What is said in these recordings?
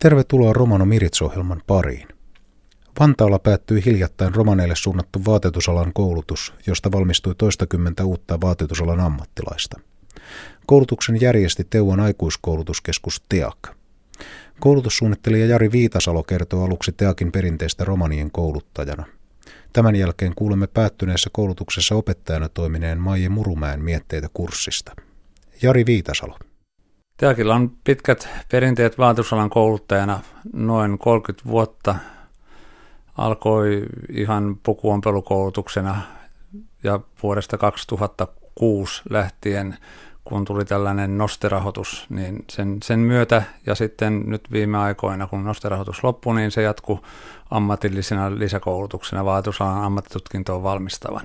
Tervetuloa Romano Mirits-ohjelman pariin. Vantaalla päättyi hiljattain romaneille suunnattu vaatetusalan koulutus, josta valmistui toistakymmentä uutta vaatetusalan ammattilaista. Koulutuksen järjesti Teuvan aikuiskoulutuskeskus TEAK. Koulutussuunnittelija Jari Viitasalo kertoo aluksi TEAKin perinteistä romanien kouluttajana. Tämän jälkeen kuulemme päättyneessä koulutuksessa opettajana toimineen Maije Murumäen mietteitä kurssista. Jari Viitasalo. TEAKilla on pitkät perinteet vaatetusalan kouluttajana, noin 30 vuotta. Alkoi ihan pukuompelukoulutuksena ja vuodesta 2006 lähtien, kun tuli tällainen nosterahoitus, niin sen myötä ja sitten nyt viime aikoina, kun nosterahoitus loppui, niin se jatkui ammatillisena lisäkoulutuksena vaatetusalan ammattitutkintoon valmistavana.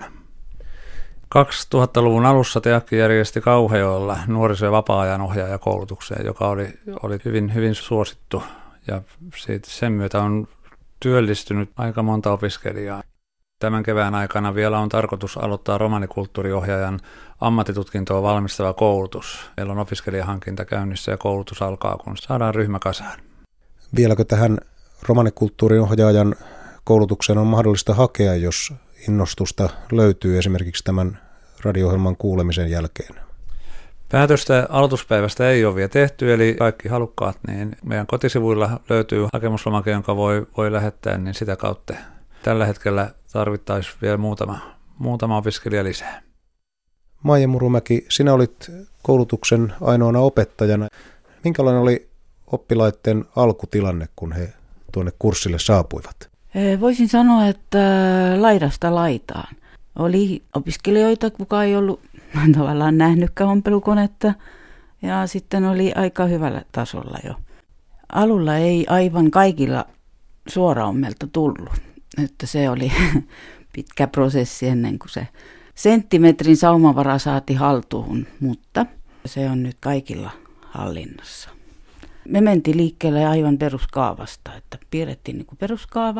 2000-luvun alussa TEAK järjesti Kauhajoella nuoriso- ja vapaa-ajan ohjaajakoulutukseen, joka oli hyvin, hyvin suosittu ja sen myötä on työllistynyt aika monta opiskelijaa. Tämän kevään aikana vielä on tarkoitus aloittaa romanikulttuuriohjaajan ammattitutkintoon valmistava koulutus. Meillä on opiskelijahankinta käynnissä ja koulutus alkaa, kun saadaan ryhmä kasaan. Vieläkö tähän romanikulttuuriohjaajan koulutukseen on mahdollista hakea, jos innostusta löytyy esimerkiksi tämän radio-ohjelman kuulemisen jälkeen? Päätöstä aloituspäivästä ei ole vielä tehty, eli kaikki halukkaat, niin meidän kotisivuilla löytyy hakemuslomake, jonka voi lähettää, niin sitä kautta tällä hetkellä tarvittaisiin vielä muutama opiskelija lisää. Maije Murumäki, sinä olit koulutuksen ainoana opettajana. Minkälainen oli oppilaiden alkutilanne, kun he tuonne kurssille saapuivat? Voisin sanoa, että laidasta laitaan. Oli opiskelijoita, kuka ei ollut tavallaan nähnytkään ompelukonetta, ja sitten oli aika hyvällä tasolla jo. Alulla ei aivan kaikilla suoraommelta tullut, että se oli pitkä prosessi ennen kuin se senttimetrin saumavara saati haltuun, mutta se on nyt kaikilla hallinnassa. Me mentiin liikkeelle aivan peruskaavasta, että piirrettiin niin kuin peruskaava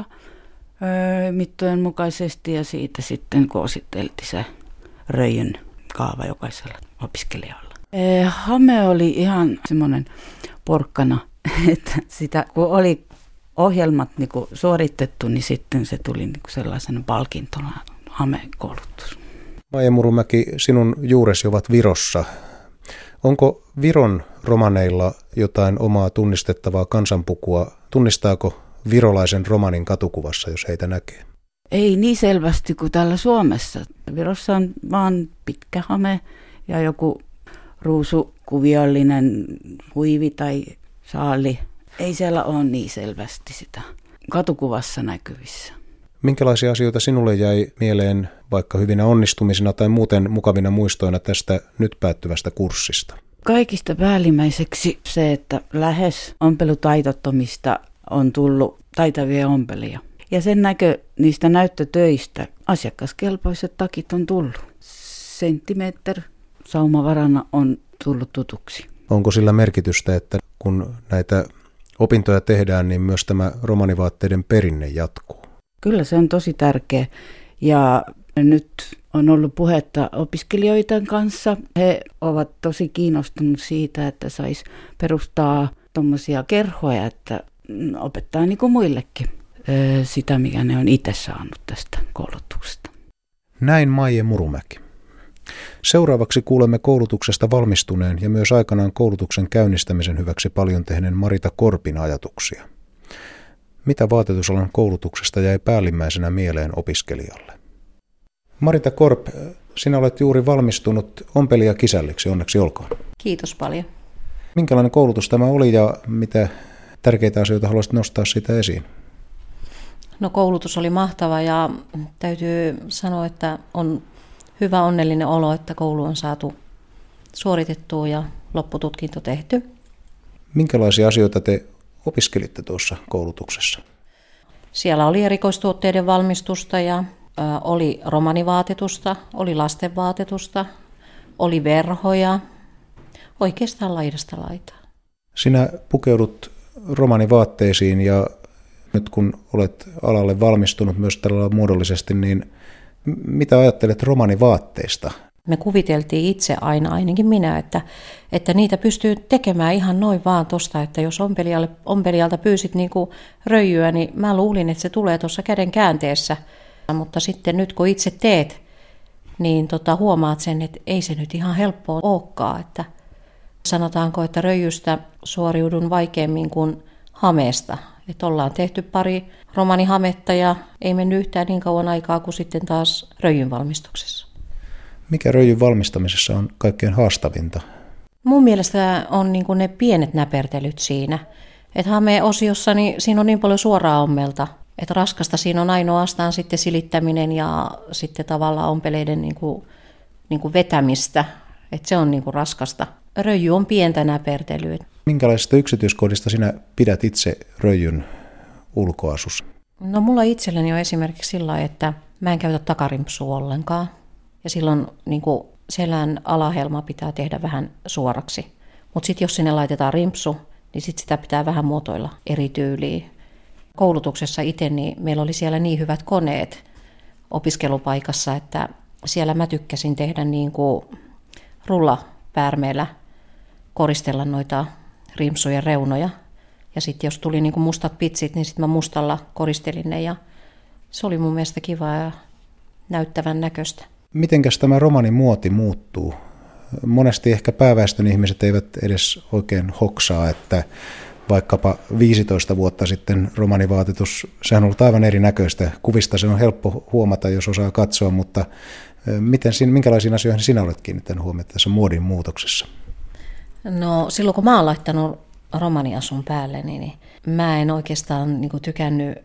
mittojen mukaisesti ja siitä sitten koositeltiin se röijyn kaava jokaisella opiskelijalla. Hame oli ihan semmoinen porkkana, että sitä kun oli ohjelmat niin kuin suoritettu, niin sitten se tuli niin kuin sellaisena palkintona hamekoulutus. Maije Murumäki, sinun juuresi ovat Virossa. Onko Viron romaneilla jotain omaa tunnistettavaa kansanpukua? Tunnistaako virolaisen romanin katukuvassa, jos heitä näkee? Ei niin selvästi kuin täällä Suomessa. Virossa on vaan pitkä hame ja joku ruusukuviollinen huivi tai saali. Ei siellä ole niin selvästi sitä katukuvassa näkyvissä. Minkälaisia asioita sinulle jäi mieleen vaikka hyvinä onnistumisina tai muuten mukavina muistoina tästä nyt päättyvästä kurssista? Kaikista päällimmäiseksi se, että lähes ompelutaitottomista on tullut taitavia ompelijia. Ja sen näkö niistä näyttötöistä asiakaskelpoiset takit on tullut. Senttimeter saumavarana on tullut tutuksi. Onko sillä merkitystä, että kun näitä opintoja tehdään, niin myös tämä romanivaatteiden perinne jatkuu? Kyllä se on tosi tärkeä. Ja nyt on ollut puhetta opiskelijoiden kanssa. He ovat tosi kiinnostuneet siitä, että saisi perustaa tuommoisia kerhoja, että opettaa niin kuin muillekin sitä, mikä ne on itse saanut tästä koulutuksesta. Näin Maije Murumäki. Seuraavaksi kuulemme koulutuksesta valmistuneen ja myös aikanaan koulutuksen käynnistämisen hyväksi paljon tehneen Marita Korpin ajatuksia. Mitä vaatetusalan koulutuksesta jäi päällimmäisenä mieleen opiskelijalle? Marita Korp, sinä olet juuri valmistunut ompelijakisälliksi, onneksi olkoon. Kiitos paljon. Minkälainen koulutus tämä oli ja mitä tärkeitä asioita haluaisit nostaa siitä esiin? No koulutus oli mahtava ja täytyy sanoa, että on hyvä onnellinen olo, että koulu on saatu suoritettua ja loppututkinto tehty. Minkälaisia asioita te opiskelitte tuossa koulutuksessa? Siellä oli erikoistuotteiden valmistusta ja oli romanivaatetusta, oli lastenvaatetusta, oli verhoja, oikeastaan laidasta laitaa. Sinä pukeudut romanivaatteisiin ja nyt kun olet alalle valmistunut myös tällä muodollisesti, niin mitä ajattelet romanivaatteista? Me kuviteltiin itse aina, ainakin minä, että niitä pystyy tekemään ihan noin vaan tosta, että jos ompelijalta pyysit niin kuin röijyä, niin mä luulin, että se tulee tuossa käden käänteessä. Mutta sitten nyt kun itse teet, niin huomaat sen, että ei se nyt ihan helppoa olekaan. Että sanotaanko, että röijystä suoriudun vaikeammin kuin hameesta. Että ollaan tehty pari romanihametta ja ei mennyt yhtään niin kauan aikaa kuin sitten taas röijyn valmistuksessa. Mikä röijyn valmistamisessa on kaikkein haastavinta? Mun mielestä on niin kuin ne pienet näpertelyt siinä. Että hame-osiossa niin siinä on niin paljon suoraa ommelta. Että raskasta siinä on ainoastaan sitten silittäminen ja sitten tavallaan ompeleiden niin kuin vetämistä. Että se on niin kuin raskasta. Röijy on pientä näpertelyä. Minkälaisista yksityiskohdista sinä pidät itse röijyn ulkoasussa? No mulla itselläni on esimerkiksi sillä lailla, että mä en käytä takarimpsua ollenkaan. Ja silloin niin kuin selän alahelma pitää tehdä vähän suoraksi. Mutta sitten jos sinne laitetaan rimpsu, niin sitten sitä pitää vähän muotoilla eri tyyliin. Koulutuksessa itse, niin meillä oli siellä niin hyvät koneet opiskelupaikassa, että siellä mä tykkäsin tehdä niin kuin rullapäärmeellä koristella noita rimpsujen reunoja. Ja sitten jos tuli niin kuin mustat pitsit, niin sitten mä mustalla koristelin ne ja se oli mun mielestä kivaa ja näyttävän näköistä. Mitenkäs tämä romanin muoti muuttuu? Monesti ehkä pääväestön ihmiset eivät edes oikein hoksaa, että vaikkapa 15 vuotta sitten romanivaatetus, sehän on ollut aivan erinäköistä. Kuvista se on helppo huomata, jos osaa katsoa, mutta minkälaisiin asioihin sinä olet kiinnittänyt huomiota tässä muodin muutoksessa? No silloin kun mä oon laittanut romaniasun päälle, niin mä en oikeastaan niin kuin tykännyt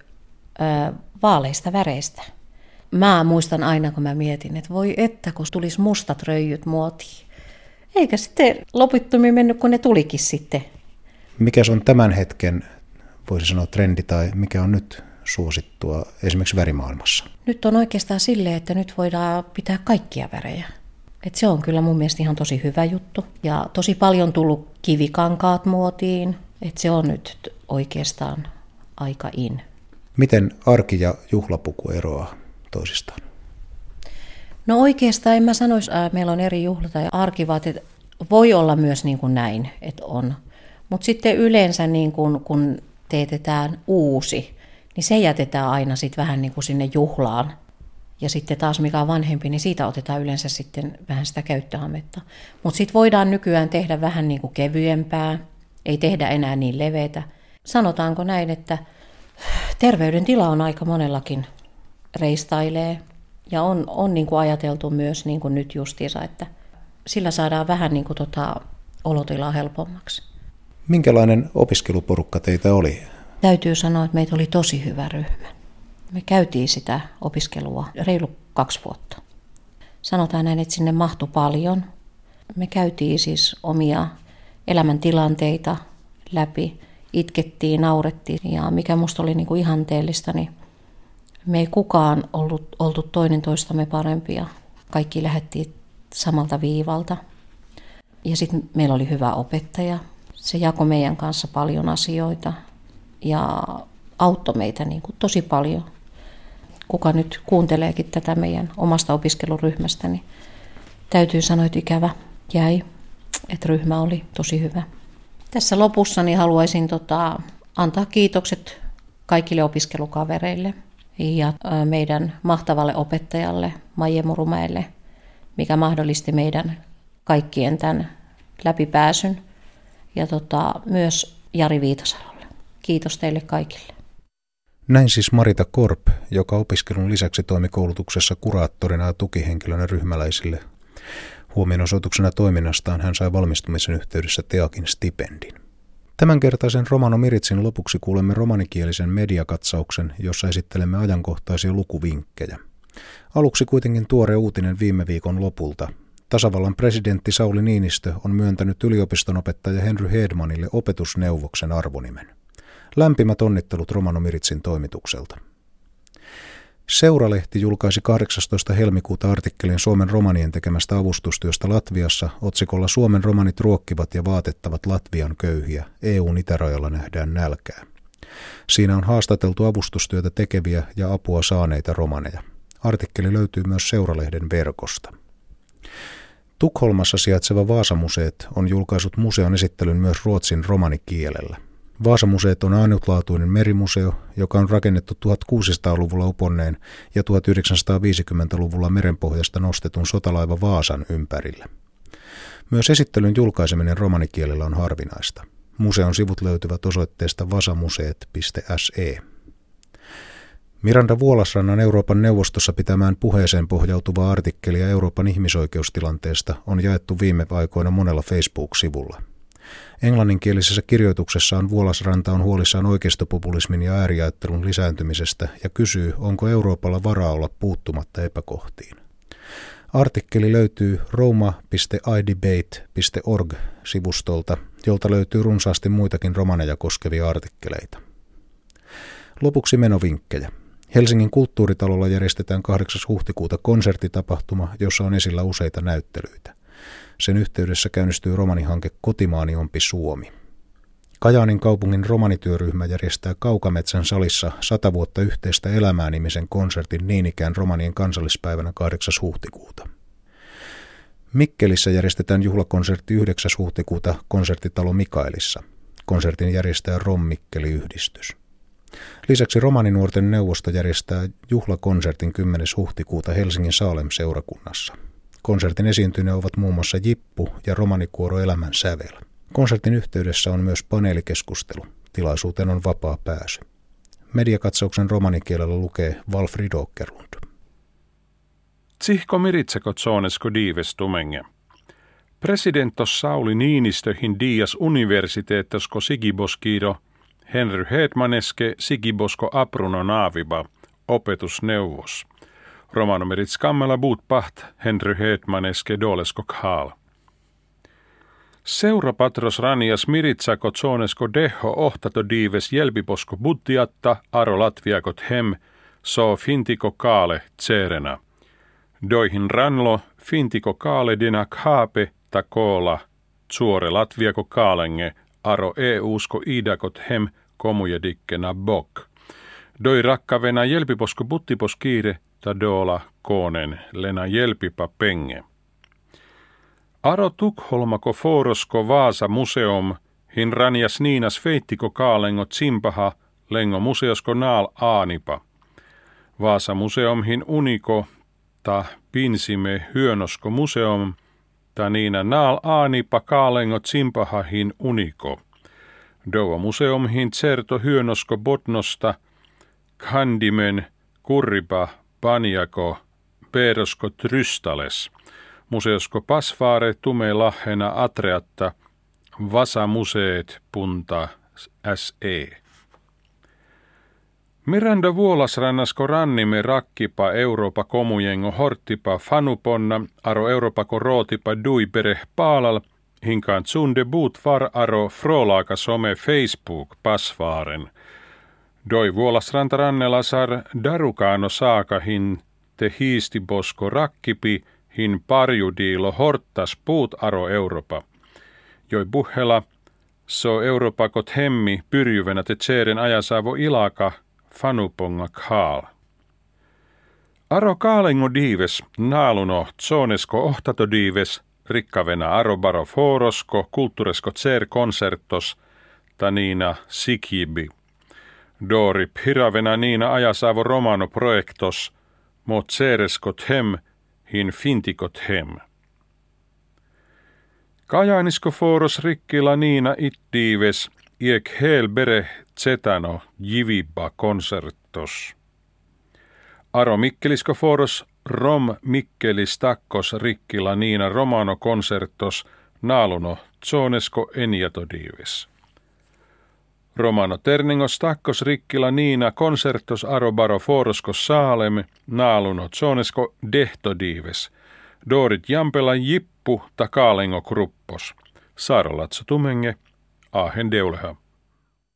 vaaleista väreistä. Mä muistan aina, kun mä mietin, että voi että, kun tulisi mustat röijyt muotiin. Eikä sitten loputtomiin mennyt, kun ne tulikin sitten. Mikä on tämän hetken, voisi sanoa, trendi tai mikä on nyt suosittua esimerkiksi värimaailmassa? Nyt on oikeastaan silleen, että nyt voidaan pitää kaikkia värejä. Et se on kyllä mun mielestä ihan tosi hyvä juttu. Ja tosi paljon tullut kivikankaat muotiin. Et se on nyt oikeastaan aika in. Miten arki- ja juhlapuku eroaa toisistaan? No oikeastaan en mä sanoisi, että meillä on eri juhlat ja arkivaateet. Voi olla myös niin kuin näin, että on. Mutta sitten yleensä niin kun teetetään uusi, niin se jätetään aina sitten vähän niin kuin sinne juhlaan. Ja sitten taas mikä on vanhempi, niin siitä otetaan yleensä sitten vähän sitä käyttöhametta. Mutta sitten voidaan nykyään tehdä vähän niin kuin kevyempää, ei tehdä enää niin leveätä. Sanotaanko näin, että terveydentila on aika monellakin reistailee. Ja on niin kuin ajateltu myös niin kuin nyt justiinsa, että sillä saadaan vähän niin kuin olotilaa helpommaksi. Minkälainen opiskeluporukka teitä oli? Täytyy sanoa, että meitä oli tosi hyvä ryhmä. Me käytiin sitä opiskelua reilu 2 vuotta. Sanotaan näin, että sinne mahtui paljon. Me käytiin siis omia elämäntilanteita läpi, itkettiin, naurettiin ja mikä musta oli niin kuin ihanteellista, niin me ei kukaan oltu toinen toistamme parempia. Kaikki lähdettiin samalta viivalta. Ja sitten meillä oli hyvä opettaja. Se jakoi meidän kanssa paljon asioita ja auttoi meitä niin kuin tosi paljon. Kuka nyt kuunteleekin tätä meidän omasta opiskeluryhmästä, niin täytyy sanoa, että ikävä jäi, että ryhmä oli tosi hyvä. Tässä lopussa niin haluaisin antaa kiitokset kaikille opiskelukavereille ja meidän mahtavalle opettajalle Maije Murumäelle, mikä mahdollisti meidän kaikkien tämän läpipääsyn. Ja myös Jari Viitasalolle. Kiitos teille kaikille. Näin siis Marita Korp, joka opiskelun lisäksi toimi koulutuksessa kuraattorina ja tukihenkilönä ryhmäläisille. Huomionosoituksena toiminnastaan hän sai valmistumisen yhteydessä TEAKin stipendin. Tämänkertaisen Romano Miritsin lopuksi kuulemme romanikielisen mediakatsauksen, jossa esittelemme ajankohtaisia lukuvinkkejä. Aluksi kuitenkin tuore uutinen viime viikon lopulta. Tasavallan presidentti Sauli Niinistö on myöntänyt yliopistonopettaja Henry Hedmanille opetusneuvoksen arvonimen. Lämpimät onnittelut Romano Miritsin toimitukselta. Seuralehti julkaisi 18. helmikuuta artikkelin Suomen romanien tekemästä avustustyöstä Latviassa otsikolla Suomen romanit ruokkivat ja vaatettavat Latvian köyhiä. EU:n itärajalla nähdään nälkää. Siinä on haastateltu avustustyötä tekeviä ja apua saaneita romaneja. Artikkeli löytyy myös Seuralehden verkosta. Tukholmassa sijaitseva Vaasa-museet on julkaissut museon esittelyn myös ruotsin romanikielellä. Vaasa-museet on ainutlaatuinen merimuseo, joka on rakennettu 1600-luvulla uponneen ja 1950-luvulla merenpohjasta nostetun sotalaiva Vaasan ympärille. Myös esittelyn julkaiseminen romanikielellä on harvinaista. Museon sivut löytyvät osoitteesta vasamuseet.se. Miranda Vuolasrannan Euroopan neuvostossa pitämään puheeseen pohjautuvaa artikkelia Euroopan ihmisoikeustilanteesta on jaettu viime aikoina monella Facebook-sivulla. Englanninkielisessä kirjoituksessaan Vuolasranta on huolissaan oikeistopopulismin ja ääriajattelun lisääntymisestä ja kysyy, onko Euroopalla varaa olla puuttumatta epäkohtiin. Artikkeli löytyy roma.idebate.org-sivustolta, jolta löytyy runsaasti muitakin romaneja koskevia artikkeleita. Lopuksi menovinkkejä. Helsingin kulttuuritalolla järjestetään 8. huhtikuuta konserttitapahtuma, jossa on esillä useita näyttelyitä. Sen yhteydessä käynnistyy romanihanke Kotimaani ompi Suomi. Kajaanin kaupungin romanityöryhmä järjestää Kaukametsän salissa 100 vuotta yhteistä elämää -nimisen konsertin niin ikään romanien kansallispäivänä 8. huhtikuuta. Mikkelissä järjestetään juhlakonsertti 9. huhtikuuta konserttitalo Mikaelissa. Konsertin järjestää Rom-Mikkeli-yhdistys. Lisäksi romaninuorten neuvosto järjestää juhlakonsertin 10. huhtikuuta Helsingin Saalem-seurakunnassa. Konsertin esiintyneet ovat muun muassa Jippu ja romanikuoro Elämän sävel. Konsertin yhteydessä on myös paneelikeskustelu. Tilaisuuteen on vapaa pääsy. Mediakatsauksen romanikielellä lukee Walfrid Åkerlund. Tsihko miritseko tsonesko diivestumenge. Presidentos Sauli Niinistöhin dias universiteettosko sigiboskido Henry Hedmaneske sigibosko apruno naaviba opetusneuvos. Romanomerits kammela buutpaht Henry Hedmaneske dolesko khaal. Seurapatros ranias miritsako tsonesko deho ohtato diives jelbiposko buddiatta aro latviakot hem so fintiko kaale tserena. Doihin ranlo fintiko kaale dina khaape ta koola tsuore latviako kaalenge aro EU-sko idakot hem komujedikkena bok. Doi rakkavena jelpiposko buttipos kiire ta doola koonen lena jelpipa penge. Aro Tukholmako forosko Vaasa museum hin ranjas niinas feittiko kaalengo tsimpaha lengo museosko naal aanipa. Vaasa museum hin uniko ta pinsime hyönosko museum ta niina naal aanipa kaalengo tsimpaha hin uniko. Doa museum hin tserto hyönosko botnosta kandimen kurripa panjako peerosko trystales. Museosko pasfaare tume lahena atreatta vasamuseet.se. Miranda Vuolasrannasko rannime rakkipa Euroopa komujengo horttipa fanuponna aro Euroopako rootipa duipere paalal hinkaan tsunde buut var aro frolaaka some Facebook pasfaaren. Doi Vuolasranta rannelasar darukaano saakahin te hiistibosko rakkipi hin parjudiilo horttas puut aro Europa. Joi puhela, so Europakot hemmi pyrjyvenä te tseeren ajasaavo ilaka fanuponga kaal. Aro kaalengo diives naaluno tsonesko ohtato diives rikkavena aro baro forosko kulttuuresko tseer konsertos taniina sikibi. Dori piravena niina ajasaavo romano projektos mo tseereskot hem hin fintikot hem. Kajaanisko foros rikkila niina ittiives iek helbere zetano jiviba konsertos. Aro Mikkelisko foros rom Mikkelis takkos rikkila niina romano konsertos naaluno tsonesko eniatodiives. Romano terningos takkos rikkila niina konsertos aro baro forosko saalem naaluno tsonesko dehtodiives. Dorit jampela jippu ta kaalengo kruppos. Saarolatso tumenge, ahen deuleha.